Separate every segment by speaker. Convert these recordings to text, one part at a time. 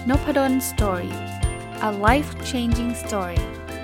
Speaker 1: Nopadon Story. A life-changing story.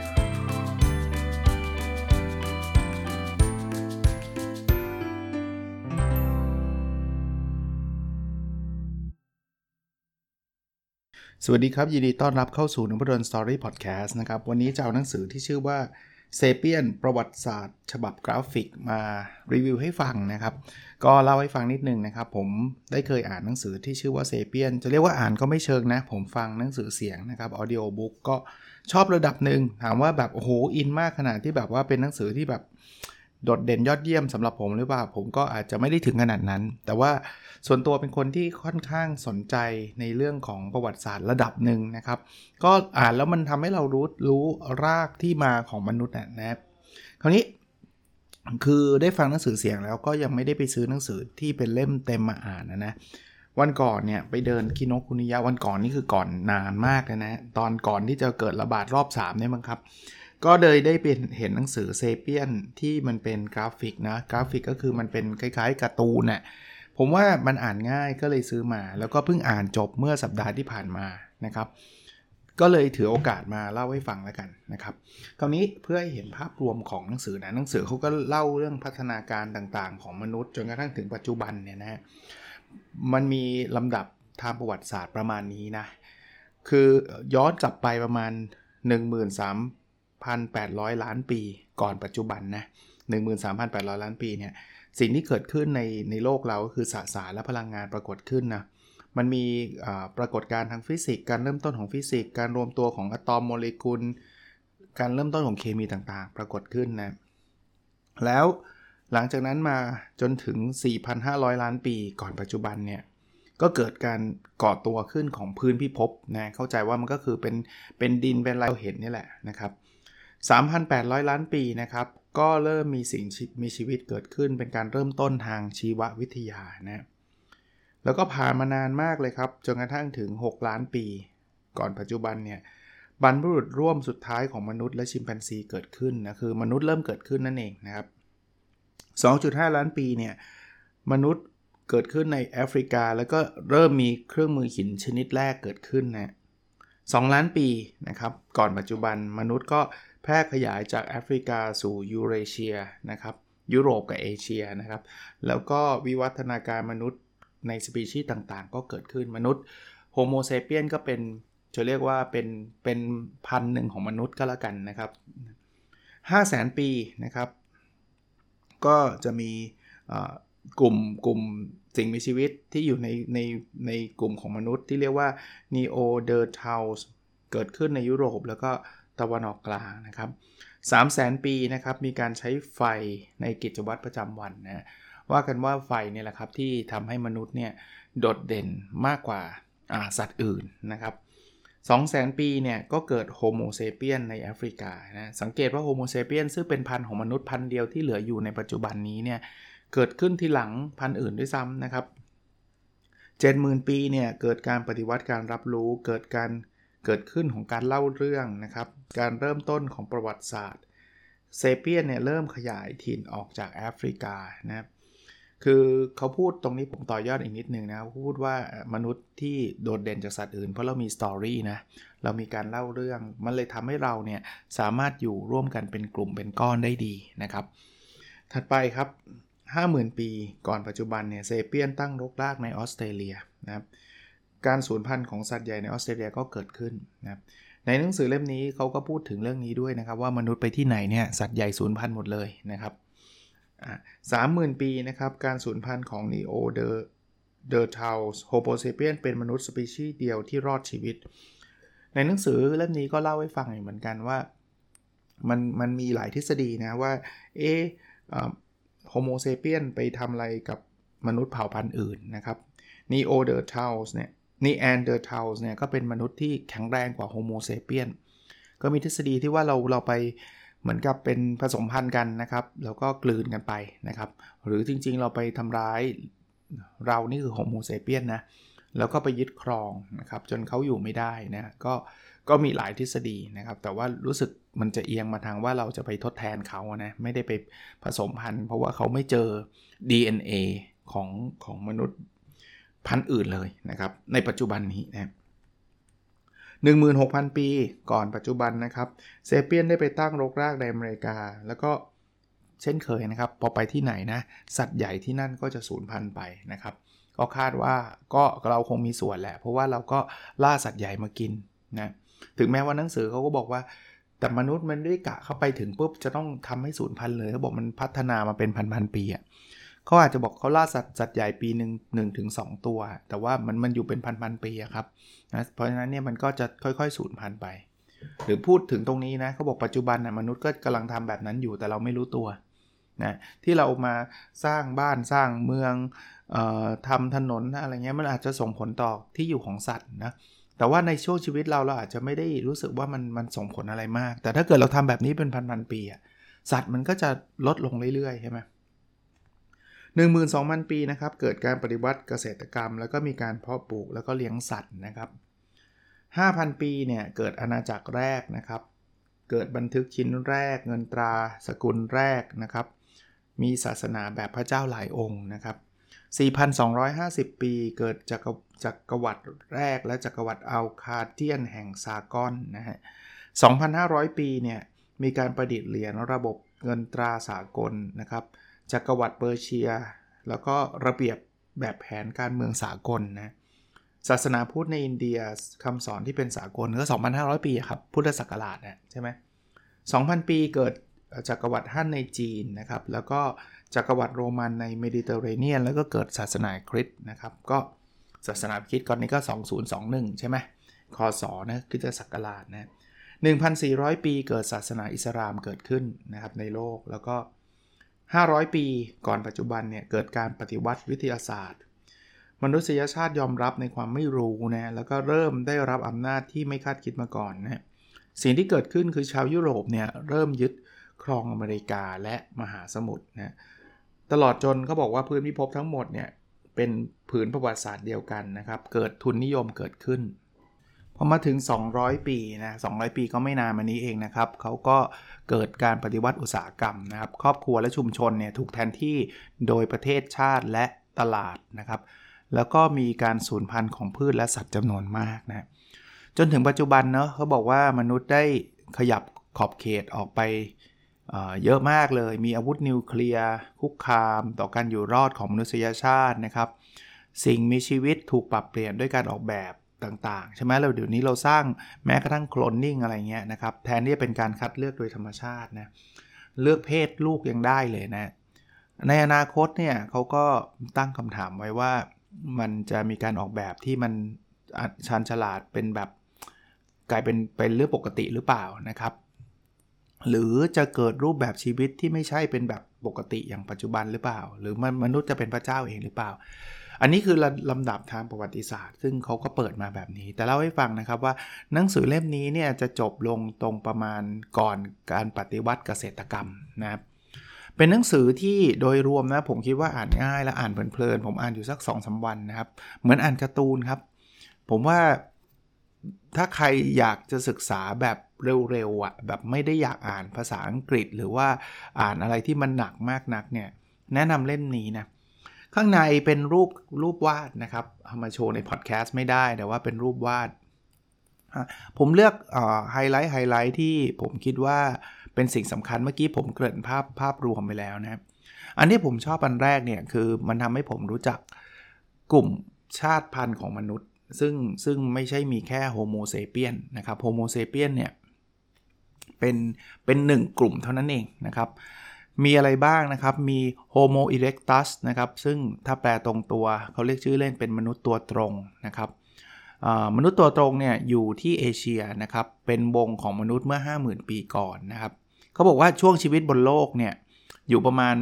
Speaker 2: สวัสดีครับยินดีต้อนรับเข้าสู่ Nopadon Story Podcast นะครับวันนี้จะเอาหนังสือที่ชื่อว่า Sapiens ประวัติศาสตร์ฉบับกราฟิกมารีวิวให้ฟังนะครับก็เล่าให้ฟังนิดนึงนะครับผมได้เคยอ่านหนังสือที่ชื่อว่า Sapiens จะเรียกว่าอ่านก็ไม่เชิงนะผมฟังหนังสือเสียงนะครับ Audio Book ก็ชอบระดับนึงถามว่าแบบโอ้โหอินมากขนาดที่แบบว่าเป็นหนังสือที่แบบโดดเด่นยอดเยี่ยมสำหรับผมหรือเปล่าผมก็อาจจะไม่ได้ถึงขนาดนั้นแต่ว่าส่วนตัวเป็นคนที่ค่อนข้างสนใจในเรื่องของประวัติศาสตร์ระดับหนึ่งนะครับก็อ่านแล้วมันทำให้เรารู้รากที่มาของมนุษย์นะครับคราวนี้คือได้ฟังหนังสือเสียงแล้วก็ยังไม่ได้ไปซื้อหนังสือที่เป็นเล่มเต็มมาอ่านนะวันก่อนเนี่ยไปเดินคิโนคุนิยะวันก่อนนี่คือก่อนนานมากเลยนะตอนก่อนที่จะเกิดระบาดรอบ3เนี่ยมั้งครับก็เลยได้เป็นเห็นหนังสือเซเปียนที่มันเป็นกราฟิกนะกราฟิกก็คือมันเป็นคล้ายๆการ์ตูนน่ะผมว่ามันอ่านง่ายก็เลยซื้อมาแล้วก็เพิ่งอ่านจบเมื่อสัปดาห์ที่ผ่านมานะครับก็เลยถือโอกาสมาเล่าให้ฟังแล้วกันนะครับคราวนี้เพื่อให้เห็นภาพรวมของหนังสือนะหนังสือเขาก็เล่าเรื่องพัฒนาการต่างๆของมนุษย์จนกระทั่งถึงปัจจุบันเนี่ยนะฮะมันมีลำดับทางประวัติศาสตร์ประมาณนี้นะคือย้อนกลับไปประมาณ 13,800 ล้านปีก่อนปัจจุบันนะ 13,800 ล้านปีเนี่ยสิ่งที่เกิดขึ้นในโลกเราก็คือสสารและพลังงานปรากฏขึ้นนะมันมีปรากฏการณ์ทางฟิสิกส์การเริ่มต้นของฟิสิกส์การรวมตัวของอะตอมโมเลกุลการเริ่มต้นของเคมีต่างๆปรากฏขึ้นนะแล้วหลังจากนั้นมาจนถึง 4,500 ล้านปีก่อนปัจจุบันเนี่ยก็เกิดการก่อตัวขึ้นของพื้นพิภพนะเข้าใจว่ามันก็คือเป็นดินเป็นอะไรเราเห็นนี่แหละนะครับ 3,800 ล้านปีนะครับก็เริ่มมีสิ่งมีชีวิตเกิดขึ้นเป็นการเริ่มต้นทางชีววิทยานะแล้วก็ผ่านมานานมากเลยครับจนกระทั่งถึง6ล้านปีก่อนปัจจุบันเนี่ยบรรพบุรุษร่วมสุดท้ายของมนุษย์และชิมแปนซีเกิดขึ้นนะคือมนุษย์เริ่มเกิดขึ้นนั่นเองนะครับ 2.5 ล้านปีเนี่ยมนุษย์เกิดขึ้นในแอฟริกาแล้วก็เริ่มมีเครื่องมือหินชนิดแรกเกิดขึ้นนะ2ล้านปีนะครับก่อนปัจจุบันมนุษย์ก็แพร่ขยายจากแอฟริกาสู่ยูเรเชียนะครับยุโรปกับเอเชียนะครับแล้วก็วิวัฒนาการมนุษย์ในสปีชีส์ต่างๆก็เกิดขึ้นมนุษย์โฮโมเซเปียนก็เป็นจะเรียกว่าเป็นพันหนึ่งของมนุษย์ก็แล้วกันนะครับ 500,000 ปีนะครับก็จะมีกลุ่มสิ่งมีชีวิตที่อยู่ในกลุ่มของมนุษย์ที่เรียกว่า Neanderthals เกิดขึ้นในยุโรปแล้วก็ตะวันออกกลางนะครับ 300,000 ปีนะครับมีการใช้ไฟในกิจวัตรประจำวันนะว่ากันว่าไฟเนี่ยแหละครับที่ทำให้มนุษย์เนี่ยโดดเด่นมากกว่าสัตว์อื่นนะครับ 200,000 ปีเนี่ยก็เกิดโฮโมเซเปียนในแอฟริกานะสังเกตว่าโฮโมเซเปียนซึ่งเป็นพันธุ์ของมนุษย์พันธุ์เดียวที่เหลืออยู่ในปัจจุบันนี้เนี่ยเกิดขึ้นทีหลังพันธุ์อื่นด้วยซ้ำนะครับ 70,000 ปีเนี่ยเกิดการปฏิวัติการรับรู้เกิดขึ้นของการเล่าเรื่องนะครับการเริ่มต้นของประวัติศาสตร์เซเปียนเนี่ยเริ่มขยายถิ่นออกจากแอฟริกานะครับคือเขาพูดตรงนี้ผมต่อยอดอีกนิดนึงนะพูดว่ามนุษย์ที่โดดเด่นจากสัตว์อื่นเพราะเรามีสตอรี่นะเรามีการเล่าเรื่องมันเลยทำให้เราเนี่ยสามารถอยู่ร่วมกันเป็นกลุ่มเป็นก้อนได้ดีนะครับถัดไปครับ 50,000 ปีก่อนปัจจุบันเนี่ยเซเปียนตั้งรกรากในออสเตรเลียนะครับการสูญพันธุ์ของสัตว์ใหญ่ในออสเตรเลียก็เกิดขึ้นนะครับในหนังสือเล่มนี้เขาก็พูดถึงเรื่องนี้ด้วยนะครับว่ามนุษย์ไปที่ไหนเนี่ยสัตว์ใหญ่สูญพันธุ์หมดเลยนะครับ30,000 ปีนะครับการสูญพันธุ์ของ Neanderthals Homo sapiens เป็นมนุษย์สปีชีส์เดียวที่รอดชีวิตในหนังสือเล่มนี้ก็เล่าให้ฟังเหมือนกันว่ามันมีหลายทฤษฎีนะว่าHomo sapiens ไปทำอะไรกับมนุษย์เผ่าพันธุ์อื่นนะครับ Neanderthals เนี่ยก็เป็นมนุษย์ที่แข็งแรงกว่า Homo sapiens ก็มีทฤษฎีที่ว่าเราไปเหมือนกับเป็นผสมพันธุ์กันนะครับแล้วก็กลืนกันไปนะครับหรือจริงๆเราไปทำร้ายเรานี่คือ Homo sapiens นะแล้วก็ไปยึดครองนะครับจนเขาอยู่ไม่ได้นะก็มีหลายทฤษฎีนะครับแต่ว่ารู้สึกมันจะเอียงมาทางว่าเราจะไปทดแทนเขานะไม่ได้ไปผสมพันธุ์เพราะว่าเขาไม่เจอ DNA ของมนุษย์พันธุ์อื่นเลยนะครับในปัจจุบันนี้นะ 16,000 ปีก่อนปัจจุบันนะครับเซเปียนได้ไปตั้งรกรากในอเมริกาแล้วก็เช่นเคยนะครับพอไปที่ไหนนะสัตว์ใหญ่ที่นั่นก็จะสูญพันธุ์ไปนะครับก็คาดว่าก็เราคงมีส่วนแหละเพราะว่าเราก็ล่าสัตว์ใหญ่มากินนะถึงแม้ว่าหนังสือเขาก็บอกว่าแต่มนุษย์มันได้กะเข้าไปถึงปุ๊บจะต้องทำให้สูญพันธุ์เลยเขาบอกมันพัฒนามาเป็นพันปีอ่ะเขาอาจจะบอกเขาล่าสัตว์ใหญ่ปีนึง 1-2 ตัวแต่ว่ามันอยู่เป็นพันปีอะครับนะเพราะฉะนั้นเนี่ยมันก็จะค่อยๆสูญพันธุ์ไปหรือพูดถึงตรงนี้นะเขาบอกปัจจุบันนะมนุษย์ก็กำลังทำแบบนั้นอยู่แต่เราไม่รู้ตัวนะที่เรามาสร้างบ้านสร้างเมืองทำถนนอะไรเงี้ยมันอาจจะส่งผลต่อที่อยู่ของสัตว์นะแต่ว่าในช่วงชีวิตเราอาจจะไม่ได้รู้สึกว่ามันส่งผลอะไรมากแต่ถ้าเกิดเราทำแบบนี้เป็นพันปีอะสัตว์มันก็จะลดลงเรื่อยๆใช่ไหม12,000 ปีนะครับเกิดการปฏิวัติเกษตรกรรมแล้วก็มีการเพาะปลูกแล้วก็เลี้ยงสัตว์นะครับ 5,000 ปีเนี่ยเกิดอาณาจักรแรกนะครับเกิดบันทึกชิ้นแรกเงินตราสกุลแรกนะครับมีศาสนาแบบพระเจ้าหลายองค์นะครับ 4,250 ปีเกิดจักรวรรดิแรกและจักรวรรดิอัลคาเทียนแห่งซากอนนะฮะ 2,500 ปีเนี่ยมีการประดิษฐ์เหรียญระบบเงินตราสากลนะครับจักรวรรดิเปอร์เซียแล้วก็ระเบียบแบบแผนการเมืองสากลนะศาสนาพุทธในอินเดียคำสอนที่เป็นสากลก็ 2,500 ปีครับพุทธศักราชนะใช่ไหม 2,000 ปีเกิดจักรวรรดิฮั่นในจีนนะครับแล้วก็จักรวรรดิโรมันในเมดิเตอร์เรเนียนแล้วก็เกิดศาสนาคริสต์นะครับก็ศาสนาคริสต์ก่อนนี้ก็2021ใช่ไหมคศนะคริสตศักราชนะ 1,400 ปีเกิดศาสนาอิสลามเกิดขึ้นนะครับในโลกแล้วก็500 ปีก่อนปัจจุบันเนี่ยเกิดการปฏิวัติวิทยาศาสตร์มนุษยชาติยอมรับในความไม่รู้นะแล้วก็เริ่มได้รับอำนาจที่ไม่คาดคิดมาก่อนนะสิ่งที่เกิดขึ้นคือชาวยุโรปเนี่ยเริ่มยึดครองอเมริกาและมหาสมุทรนะตลอดจนเขาบอกว่าพื้นพิภพทั้งหมดเนี่ยเป็นผืนประวัติศาสตร์เดียวกันนะครับเกิดทุนนิยมเกิดขึ้นพอมาถึง200 ปีนะ200 ปีก็ไม่นานมานี้เองนะครับเขาก็เกิดการปฏิวัติอุตสาหกรรมนะครับครอบครัวและชุมชนเนี่ยถูกแทนที่โดยประเทศชาติและตลาดนะครับแล้วก็มีการสูญพันธุ์ของพืชและสัตว์จำนวนมากนะจนถึงปัจจุบันเนาะเขาบอกว่ามนุษย์ได้ขยับขอบเขตออกไปเยอะมากเลยมีอาวุธนิวเคลียร์คุกคามต่อการอยู่รอดของมนุษยชาตินะครับสิ่งมีชีวิตถูกปรับเปลี่ยนด้วยการออกแบบต่างๆใช่ไหมเราเดี๋ยวนี้เราสร้างแม้กระทั่งโคลนนิ่งอะไรเงี้ยนะครับแทนที่จะเป็นการคัดเลือกโดยธรรมชาตินะเลือกเพศลูกยังได้เลยนะในอนาคตเนี่ยเขาก็ตั้งคำถามไว้ว่ามันจะมีการออกแบบที่มันชาญฉลาดเป็นแบบกลายเป็นเรื่องปกติหรือเปล่านะครับหรือจะเกิดรูปแบบชีวิตที่ไม่ใช่เป็นแบบปกติอย่างปัจจุบันหรือเปล่าหรือมนุษย์จะเป็นพระเจ้าเองหรือเปล่าอันนี้คือลำดับทางประวัติศาสตร์ซึ่งเขาก็เปิดมาแบบนี้แต่เล่าให้ฟังนะครับว่าหนังสือเล่มนี้เนี่ยจะจบลงตรงประมาณก่อนการปฏิวัติเกษตรกรรมนะครับเป็นหนังสือที่โดยรวมนะผมคิดว่าอ่านง่ายและอ่านเพลินๆผมอ่านอยู่สัก 2-3 วันนะครับเหมือนอ่านการ์ตูนครับผมว่าถ้าใครอยากจะศึกษาแบบเร็วๆอ่ะแบบไม่ได้อยากอ่านภาษาอังกฤษหรือว่าอ่านอะไรที่มันหนักมากนักเนี่ยแนะนำเล่มนี้นะข้างในเป็นรูปวาดนะครับเอามาโชว์ในพอดแคสต์ไม่ได้แต่ว่าเป็นรูปวาดผมเลือกไฮไลท์ที่ผมคิดว่าเป็นสิ่งสำคัญเมื่อกี้ผมเกริ่นภาพรวมไปแล้วนะครับอันที่ผมชอบอันแรกเนี่ยคือมันทำให้ผมรู้จักกลุ่มชาติพันธุ์ของมนุษย์ซึ่งไม่ใช่มีแค่โฮโมเซเปียนนะครับโฮโมเซเปียนเนี่ยเป็นหนึ่งกลุ่มเท่านั้นเองนะครับมีอะไรบ้างนะครับมี Homo erectus นะครับซึ่งถ้าแปลตรงตัวเขาเรียกชื่อเล่นเป็นมนุษย์ตัวตรงนะครับมนุษย์ตัวตรงเนี่ยอยู่ที่เอเชียนะครับเป็นวงของมนุษย์เมื่อ 50,000 ปีก่อนนะครับเขาบอกว่าช่วงชีวิตบนโลกเนี่ยอยู่ประมาณ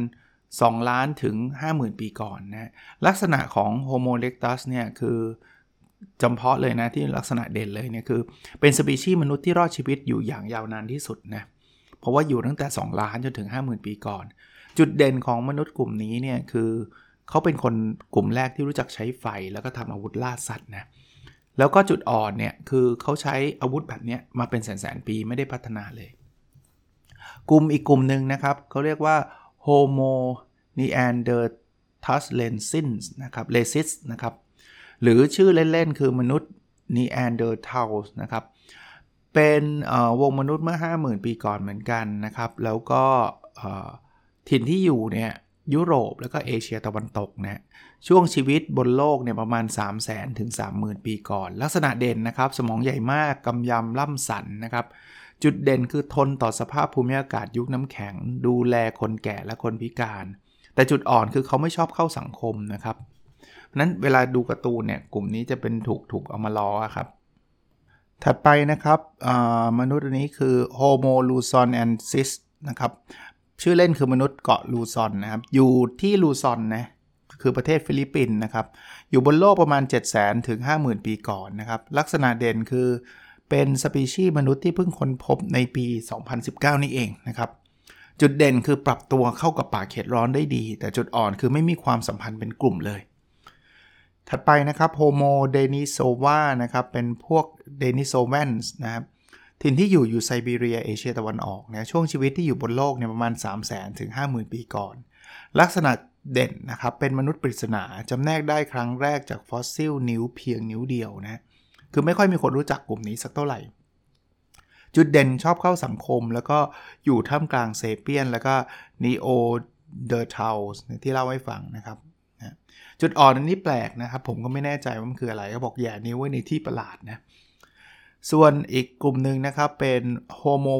Speaker 2: 2 ล้านถึง 50,000 ปีก่อนนะลักษณะของ Homo erectus เนี่ยคือจำเพาะเลยนะที่ลักษณะเด่นเลยเนี่ยคือเป็นสปีชีส์มนุษย์ที่รอดชีวิตอยู่อย่างยาวนานที่สุดนะเพราะว่าอยู่ตั้งแต่2 ล้านจนถึง 50,000 ปีก่อนจุดเด่นของมนุษย์กลุ่มนี้เนี่ยคือเขาเป็นคนกลุ่มแรกที่รู้จักใช้ไฟแล้วก็ทำอาวุธล่าสัตว์นะแล้วก็จุดอ่อนเนี่ยคือเขาใช้อาวุธแบบนี้มาเป็นแสนปีไม่ได้พัฒนาเลยกลุ่มอีกกลุ่มนึงนะครับเขาเรียกว่า Homo neanderthalensis นะครับ lesis นะครับหรือชื่อเล่นๆคือมนุษย์ Neanderthals นะครับเป็นวงมนุษย์เมื่อ 50,000 ปีก่อนเหมือนกันนะครับแล้วก็ถิ่นที่อยู่เนี่ยยุโรปแล้วก็เอเชียตะวันตกนะช่วงชีวิตบนโลกเนี่ยประมาณ 300,000 ถึง 30,000 ปีก่อนลักษณะเด่นนะครับสมองใหญ่มากกำยำล่ำสันนะครับจุดเด่นคือทนต่อสภาพภูมิอากาศยุคน้ำแข็งดูแลคนแก่และคนพิการแต่จุดอ่อนคือเขาไม่ชอบเข้าสังคมนะครับเพราะนั้นเวลาดูการ์ตูนเนี่ยกลุ่มนี้จะเป็นถูกเอามาล้อครับถัดไปนะครับมนุษย์อันนี้คือ Homo luzonensis นะครับชื่อเล่นคือมนุษย์เกาะลูซอนนะครับอยู่ที่ลูซอนนะคือประเทศฟิลิปปินส์นะครับอยู่บนโลกประมาณ 700,000 ถึง 50,000 ปีก่อนนะครับลักษณะเด่นคือเป็นสปีชีส์มนุษย์ที่เพิ่งค้นพบในปี 2019 นี่เองนะครับจุดเด่นคือปรับตัวเข้ากับป่าเขตร้อนได้ดีแต่จุดอ่อนคือไม่มีความสัมพันธ์เป็นกลุ่มเลยถัดไปนะครับ Homo denisova นะครับเป็นพวก Denisovans นะครับถิ่นที่อยู่ไซบีเรียเอเชียตะวันออกนะช่วงชีวิตที่อยู่บนโลกเนี่ยประมาณ 300,000 ถึง 50,000 ปีก่อนลักษณะเด่นนะครับเป็นมนุษย์ปริศนาจำแนกได้ครั้งแรกจากฟอสซิลนิ้วเพียงนิ้วเดียวนะคือไม่ค่อยมีคนรู้จักกลุ่มนี้สักเท่าไหร่จุดเด่นชอบเข้าสังคมแล้วก็อยู่ท่ามกลางเซเปียนแล้วก็นีโอเดอร์ทัลส์ที่เล่าให้ฟังนะครับจุดอ่อนอันนี้แปลกนะครับผมก็ไม่แน่ใจว่ามันคืออะไรเขาบอกแย่นิ้วไว้ในที่ประหลาดนะส่วนอีกกลุ่มหนึ่งนะครับเป็น Homo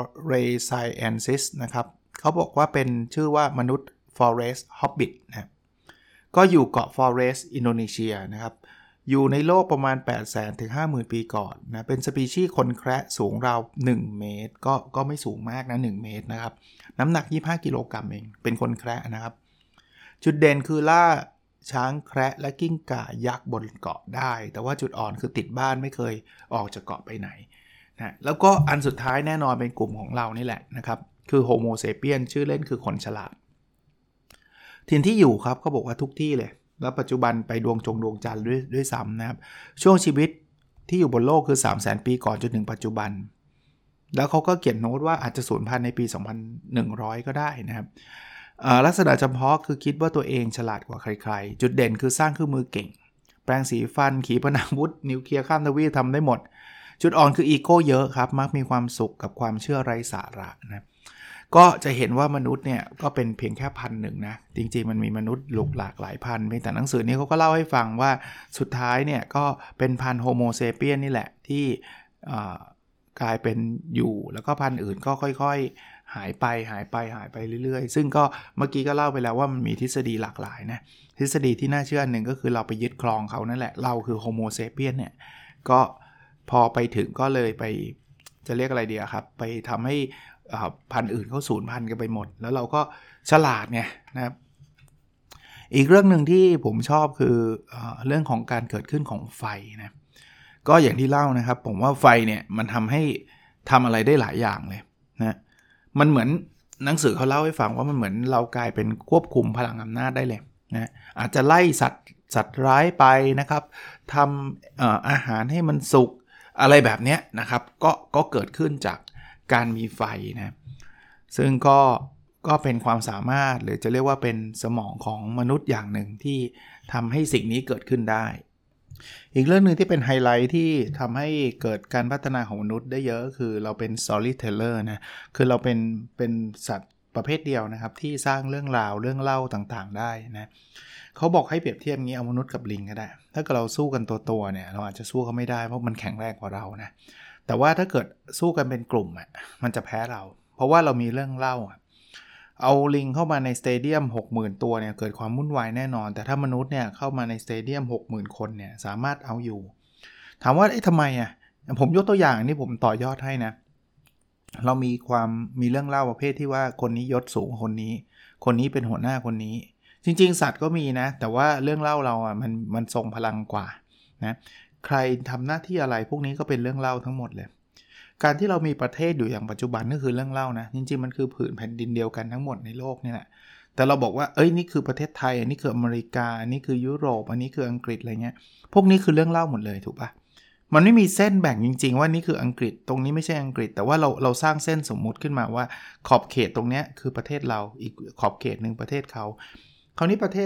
Speaker 2: floresiensis นะครับเขาบอกว่าเป็นชื่อว่ามนุษย์ Forest Hobbit นะก็อยู่เกาะ Flores อินโดนีเซียนะครับอยู่ในโลกประมาณ 800,000 ถึง 50,000 ปีก่อนนะเป็นสปีชีส์คนแคระสูงราว1เมตรก็ไม่สูงมากนะ1เมตรนะครับน้ำหนัก25กิโลกรัมเองเป็นคนแคระนะครับจุดเด่นคือล่าช้างแคระและกิ้งก่ายักษ์บนเกาะได้แต่ว่าจุดอ่อนคือติดบ้านไม่เคยออกจากเกาะไปไหนนะแล้วก็อันสุดท้ายแน่นอนเป็นกลุ่มของเรานี่แหละนะครับคือโฮโมเซเปียนชื่อเล่นคือคนฉลาดถิ่นที่อยู่ครับเขาบอกว่าทุกที่เลยแล้วปัจจุบันไปดวงจันทร์ด้วยซ้ำนะครับช่วงชีวิตที่อยู่บนโลกคือ 300,000 ปีก่อนจนถึงปัจจุบันแล้วเขาก็เขียนโน้ตว่าอาจจะสูญพันธุ์ในปี 2100 ก็ได้นะครับลักษณะเฉพาะคือคิดว่าตัวเองฉลาดกว่าใครๆจุดเด่นคือสร้างเครื่องมือเก่งแปรงสีฟันขีปนาวุธนิวเคลียร์ข้ามทวีปทำได้หมดจุดอ่อนคืออีโก้เยอะครับมักมีความสุขกับความเชื่อไร้สาระนะก็จะเห็นว่ามนุษย์เนี่ยก็เป็นเพียงแค่พันหนึ่งนะจริงๆมันมีมนุษย์หลากหลายพันแต่หนังสือนี้เขาก็เล่าให้ฟังว่าสุดท้ายเนี่ยก็เป็นพันโฮโมเซเปียนนี่แหละที่กลายเป็นอยู่แล้วก็พันอื่นก็ค่อยๆหายไปเรื่อยๆซึ่งก็เมื่อกี้ก็เล่าไปแล้วว่ามันมีทฤษฎีหลากหลายนะทฤษฎีที่น่าเชื่อหนึ่งก็คือเราไปยึดครองเขานั่นแหละเราคือโฮโมเซเปียนเนี่ยก็พอไปถึงก็เลยไปจะเรียกอะไรดีครับไปทำให้พันธุ์อื่นเขาสูญพันธุ์กันไปหมดแล้วเราก็ฉลาดไงนะครับอีกเรื่องหนึ่งที่ผมชอบคือเรื่องของการเกิดขึ้นของไฟนะก็อย่างที่เล่านะครับผมว่าไฟเนี่ยมันทำให้ทำอะไรได้หลายอย่างเลยนะมันเหมือนหนังสือเขาเล่าให้ฟังว่ามันเหมือนเรากลายเป็นควบคุมพลังอำนาจได้เลยนะอาจจะไล่สัตว์ร้ายไปนะครับทำอาหารให้มันสุกอะไรแบบนี้นะครับก็เกิดขึ้นจากการมีไฟนะซึ่งก็เป็นความสามารถหรือจะเรียกว่าเป็นสมองของมนุษย์อย่างหนึ่งที่ทำให้สิ่งนี้เกิดขึ้นได้อีกเรื่องนึงที่เป็นไฮไลท์ที่ทำให้เกิดการพัฒนาของมนุษย์ได้เยอะคือเราเป็น storyteller นะคือเราเป็นสัตว์ประเภทเดียวนะครับที่สร้างเรื่องราวเรื่องเล่าต่างๆได้นะเขาบอกให้เปรียบเทียบงี้เอามนุษย์กับลิงก็ได้ถ้าเกิดเราสู้กันตัวเนี่ยเราอาจจะสู้เขาไม่ได้เพราะมันแข็งแรงกว่าเรานะแต่ว่าถ้าเกิดสู้กันเป็นกลุ่มอ่ะมันจะแพ้เราเพราะว่าเรามีเรื่องเล่าเอาลิงเข้ามาในสเตเดียม 60,000 ตัวเนี่ยเกิดความวุ่นวายแน่นอนแต่ถ้ามนุษย์เนี่ยเข้ามาในสเตเดียม 60,000 คนเนี่ยสามารถเอาอยู่ถามว่าทำไมผมยกตัวอย่างนี่ผมต่อยอดให้นะเรามีเรื่องเล่าประเภทที่ว่าคนนี้ยศสูงคนนี้เป็นหัวหน้าคนนี้จริงๆสัตว์ก็มีนะแต่ว่าเรื่องเล่าเรามันทรงพลังกว่านะใครทำหน้าที่อะไรพวกนี้ก็เป็นเรื่องเล่าทั้งหมดเลยการที่เรามีประเทศอยู่อย่างปัจจุบันนี่คือเรื่องเล่านะจริงๆมันคือผืนแผ่นดินเดียวกันทั้งหมดในโลกนี่แหละแต่เราบอกว่านี่คือประเทศไทยอันนี้คืออเมริกาอันนี้คือยุโรปอันนี้คืออังกฤษอะไรเงี้ยพวกนี้คือเรื่องเล่าหมดเลยถูกปะมันไม่มีเส้นแบ่งจริงๆว่านี่คืออังกฤษตรงนี้ไม่ใช่อังกฤษแต่ว่าเราสร้างเส้นสมมุติขึ้นมาว่าขอบเขตตรงนี้คือประเทศเราอีกขอบเขตนึงประเทศเขาคราวนี้ประเทศ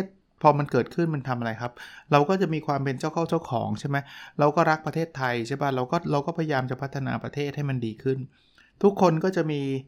Speaker 2: พอมันเกิดขึ้นมันทำอะไรครับเราก็จะมีความเป็นเจ้าของใช่ไหมเราก็รักประเทศไทยใช่ป่ะเราก็พยายามจะพัฒนาประเทศให้มันดีขึ้นทุกคนก็จะ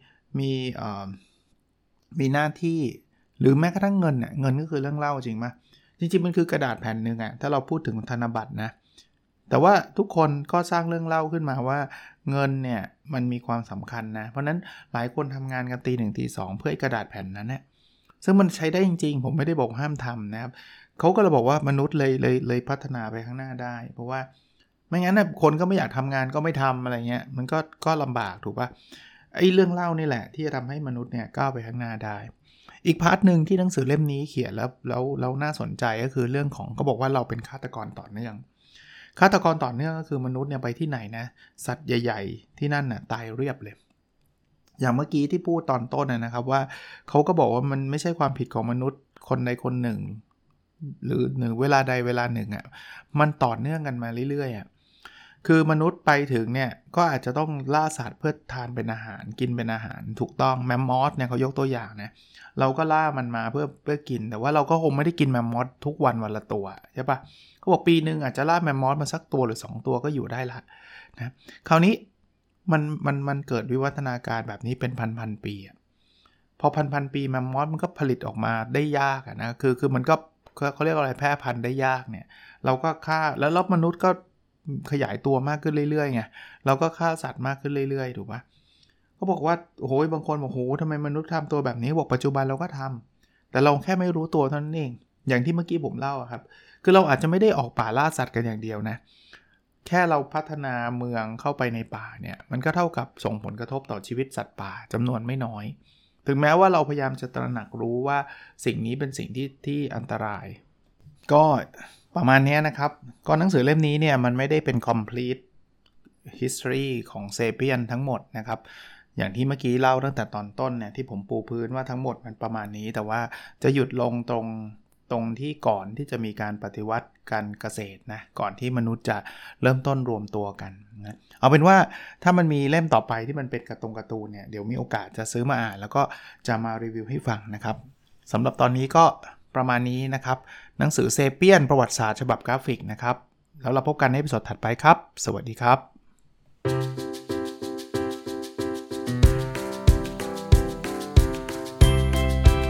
Speaker 2: มีหน้าที่หรือแม้กระทั่งเงินเนี่ยเงินก็คือเรื่องเล่าจริงไหมจริงๆมันคือกระดาษแผ่นนึงอ่ะถ้าเราพูดถึงธนบัตรนะแต่ว่าทุกคนก็สร้างเรื่องเล่าขึ้นมาว่าเงินเนี่ยมันมีความสำคัญนะเพราะนั้นหลายคนทำงานกันตี 1 ตี 2เพื่อให้กระดาษแผ่นนั้นเนี่ยซึ่งมันใช้ได้จริงๆผมไม่ได้บอกห้ามทำนะครับเขาก็เลยบอกว่ามนุษย์เลยพัฒนาไปข้างหน้าได้เพราะว่าไม่งั้นนะคนก็ไม่อยากทำงานก็ไม่ทำอะไรเงี้ยมันก็ลำบากถูกป่ะไอ้เรื่องเล่านี่แหละที่จะทำให้มนุษย์เนี่ยก้าวไปข้างหน้าได้อีกพาร์ทนึงที่หนังสือเล่มนี้เขียนแล้วน่าสนใจก็คือเรื่องของเขาบอกว่าเราเป็นฆาตกรต่อเนื่องฆาตกรต่อเนื่องก็คือมนุษย์เนี่ยไปที่ไหนนะสัตว์ใหญ่ๆที่นั่นน่ะตายเรียบเลยอย่างเมื่อกี้ที่พูดตอนต้นนะครับว่าเขาก็บอกว่ามันไม่ใช่ความผิดของมนุษย์คนใดคนหนึ่งหรือเวลาใดเวลาหนึ่งอ่ะมันต่อเนื่องกันมาเรื่อยๆอ่ะคือมนุษย์ไปถึงเนี่ยก็อาจจะต้องล่าสัตว์เพื่อทานเป็นอาหารกินเป็นอาหารถูกต้องแมมมอสเนี่ยเขายกตัวอย่างนะเราก็ล่ามันมาเพื่อกินแต่ว่าเราก็คงไม่ได้กินแมมมอสทุกวันละตัวใช่ปะเขาบอกปีนึงอาจจะล่าแมมมอสมาสักตัวหรือ2ตัวก็อยู่ได้ละนะคราวนี้มันเกิดวิวัฒนาการแบบนี้เป็นพันปีพอพันปีแมมมอสมันก็ผลิตออกมาได้ยากนะคือมันก็เขาเรียกอะไรแพร่พันธุ์ได้ยากเนี่ยเราก็ฆ่าแล้วมนุษย์ก็ขยายตัวมากขึ้นเรื่อยๆไงเราก็ฆ่าสัตว์มากขึ้นเรื่อยๆถูกปะเขาบอกว่าโอ้โหบางคนบอกโอ้โหทำไมมนุษย์ทำตัวแบบนี้บอกปัจจุบันเราก็ทำแต่เราแค่ไม่รู้ตัวเท่านั้นเองอย่างที่เมื่อกี้ผมเล่าครับคือเราอาจจะไม่ได้ออกป่าล่าสัตว์กันอย่างเดียวนะแค่เราพัฒนาเมืองเข้าไปในป่าเนี่ยมันก็เท่ากับส่งผลกระทบต่อชีวิตสัตว์ป่าจำนวนไม่น้อยถึงแม้ว่าเราพยายามจะตระหนักรู้ว่าสิ่งนี้เป็นสิ่งที่อันตรายก็ประมาณนี้นะครับก็หนังสือเล่มนี้เนี่ยมันไม่ได้เป็น complete history ของเซเปียนทั้งหมดนะครับอย่างที่เมื่อกี้เล่าตั้งแต่ตอนต้นเนี่ยที่ผมปูพื้นว่าทั้งหมดมันประมาณนี้แต่ว่าจะหยุดลงตรงที่ก่อนที่จะมีการปฏิวัติการเกษตรนะก่อนที่มนุษย์จะเริ่มต้นรวมตัวกันนะเอาเป็นว่าถ้ามันมีเล่มต่อไปที่มันเป็นการ์ตูนเนี่ยเดี๋ยวมีโอกาสจะซื้อมาอ่านแล้วก็จะมารีวิวให้ฟังนะครับสำหรับตอนนี้ก็ประมาณนี้นะครับหนังสือเซเปียนประวัติศาสตร์ฉบับกราฟิกนะครับแล้วเราพบกันในตอนถัดไปครับสวัสดีครับ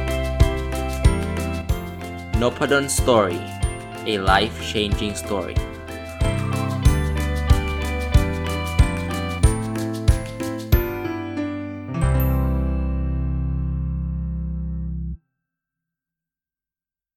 Speaker 3: Nopadon Story, a life-changing story.